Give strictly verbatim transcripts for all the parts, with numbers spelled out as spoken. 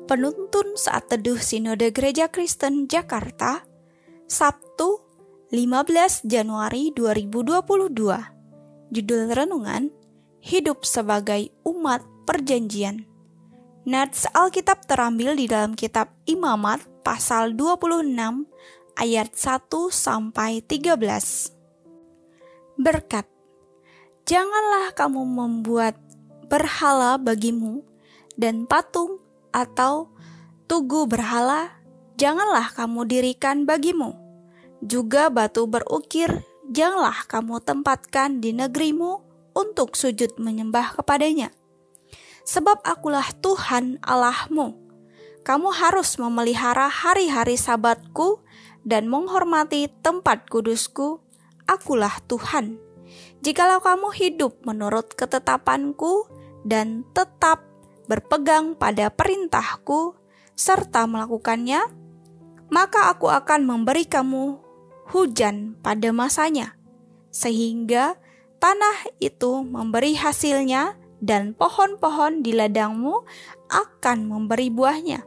Penuntun Saat Teduh Sinode Gereja Kristen Jakarta, Sabtu lima belas Januari dua ribu dua puluh dua. Judul renungan, Hidup sebagai Umat Perjanjian. Nats Alkitab terambil di dalam kitab Imamat pasal dua puluh enam ayat satu sampai tiga belas. Berkat, janganlah kamu membuat berhala bagimu dan patung atau tugu berhala, janganlah kamu dirikan bagimu. Juga batu berukir, janganlah kamu tempatkan di negerimu untuk sujud menyembah kepadanya. Sebab akulah Tuhan Allahmu. Kamu harus memelihara hari-hari sabatku dan menghormati tempat kudusku. Akulah Tuhan. Jikalau kamu hidup menurut ketetapanku dan tetap berpegang pada perintahku serta melakukannya, maka aku akan memberi kamu hujan pada masanya, sehingga tanah itu memberi hasilnya dan pohon-pohon di ladangmu akan memberi buahnya.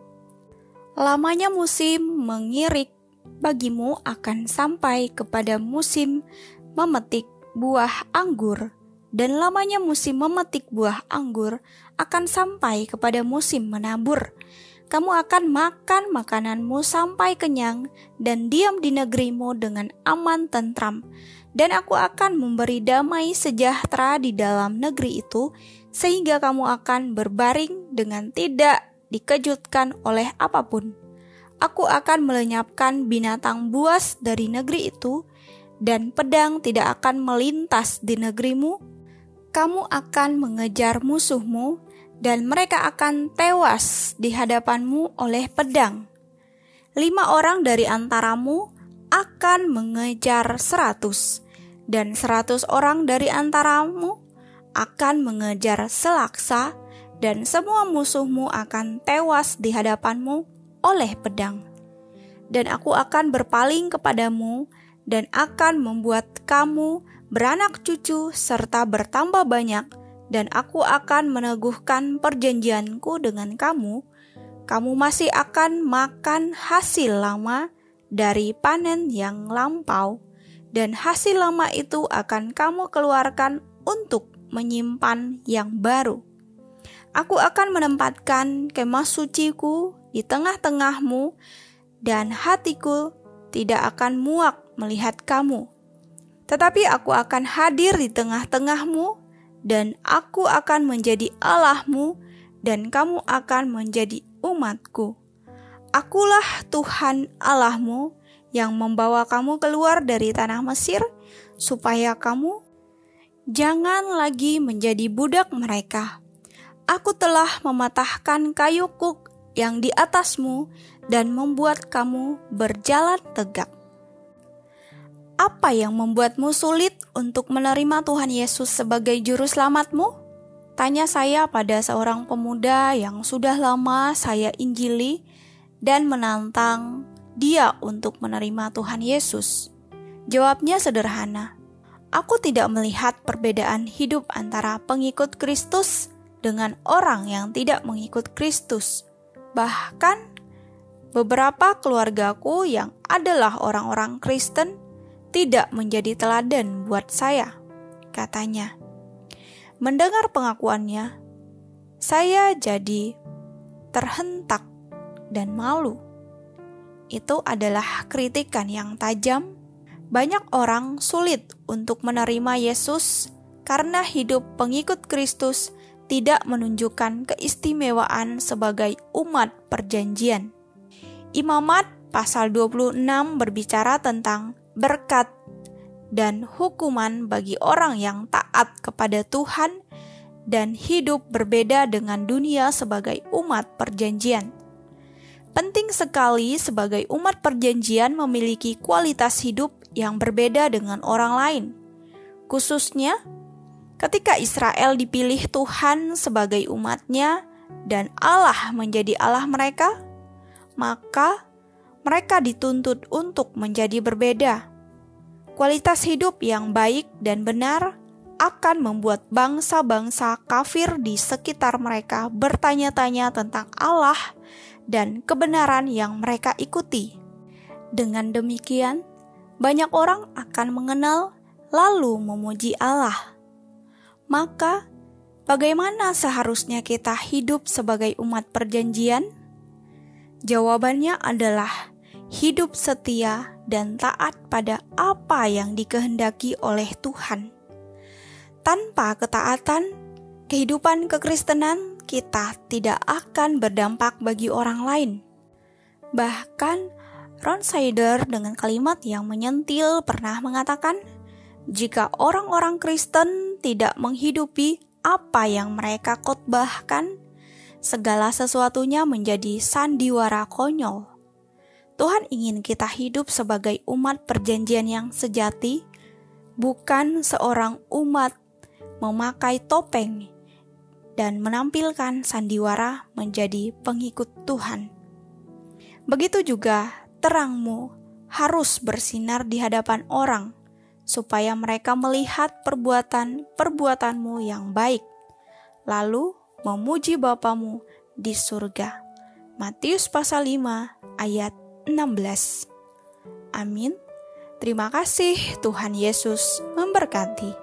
Lamanya musim mengirik bagimu akan sampai kepada musim memetik buah anggur, dan lamanya musim memetik buah anggur akan sampai kepada musim menabur. Kamu akan makan makananmu sampai kenyang dan diam di negerimu dengan aman tentram. Dan aku akan memberi damai sejahtera di dalam negeri itu, sehingga kamu akan berbaring dengan tidak dikejutkan oleh apapun. Aku akan melenyapkan binatang buas dari negeri itu, dan pedang tidak akan melintas di negerimu. Kamu akan mengejar musuhmu, dan mereka akan tewas di hadapanmu oleh pedang. Lima orang dari antaramu akan mengejar seratus, dan seratus orang dari antaramu akan mengejar selaksa, dan semua musuhmu akan tewas di hadapanmu oleh pedang. Dan aku akan berpaling kepadamu, dan akan membuat kamu beranak cucu serta bertambah banyak, dan aku akan meneguhkan perjanjianku dengan kamu. Kamu masih akan makan hasil lama dari panen yang lampau, dan hasil lama itu akan kamu keluarkan untuk menyimpan yang baru. Aku akan menempatkan kemah suciku di tengah-tengahmu, dan hatiku tidak akan muak melihat kamu. Tetapi aku akan hadir di tengah-tengahmu, dan aku akan menjadi Allahmu, dan kamu akan menjadi umatku. Akulah Tuhan Allahmu yang membawa kamu keluar dari tanah Mesir, supaya kamu jangan lagi menjadi budak mereka. Aku telah mematahkan kayu kuk yang di atasmu, dan membuat kamu berjalan tegak. Apa yang membuatmu sulit untuk menerima Tuhan Yesus sebagai juru selamatmu? Tanya saya pada seorang pemuda yang sudah lama saya injili dan menantang dia untuk menerima Tuhan Yesus. Jawabnya sederhana. Aku tidak melihat perbedaan hidup antara pengikut Kristus dengan orang yang tidak mengikut Kristus. Bahkan beberapa keluargaku yang adalah orang-orang Kristen tidak menjadi teladan buat saya, katanya. Mendengar pengakuannya, saya jadi terhentak dan malu. Itu adalah kritikan yang tajam. Banyak orang sulit untuk menerima Yesus karena hidup pengikut Kristus tidak menunjukkan keistimewaan sebagai umat perjanjian. Imamat pasal dua puluh enam berbicara tentang berkat dan hukuman bagi orang yang taat kepada Tuhan dan hidup berbeda dengan dunia sebagai umat perjanjian. Penting sekali sebagai umat perjanjian memiliki kualitas hidup yang berbeda dengan orang lain. Khususnya ketika Israel dipilih Tuhan sebagai umatnya dan Allah menjadi Allah mereka, maka mereka dituntut untuk menjadi berbeda. Kualitas hidup yang baik dan benar akan membuat bangsa-bangsa kafir di sekitar mereka bertanya-tanya tentang Allah dan kebenaran yang mereka ikuti. Dengan demikian, banyak orang akan mengenal lalu memuji Allah. Maka, bagaimana seharusnya kita hidup sebagai umat perjanjian? Jawabannya adalah hidup setia dan taat pada apa yang dikehendaki oleh Tuhan. Tanpa ketaatan, kehidupan kekristenan kita tidak akan berdampak bagi orang lain. Bahkan, Ron Sider dengan kalimat yang menyentil pernah mengatakan, jika orang-orang Kristen tidak menghidupi apa yang mereka khotbahkan, segala sesuatunya menjadi sandiwara konyol. Tuhan ingin kita hidup sebagai umat perjanjian yang sejati, bukan seorang umat memakai topeng dan menampilkan sandiwara menjadi pengikut Tuhan. Begitu juga terangmu harus bersinar di hadapan orang, supaya mereka melihat perbuatan-perbuatanmu yang baik, lalu memuji Bapamu di surga. Matius pasal lima ayat enam belas. Amin. Terima kasih, Tuhan Yesus memberkati.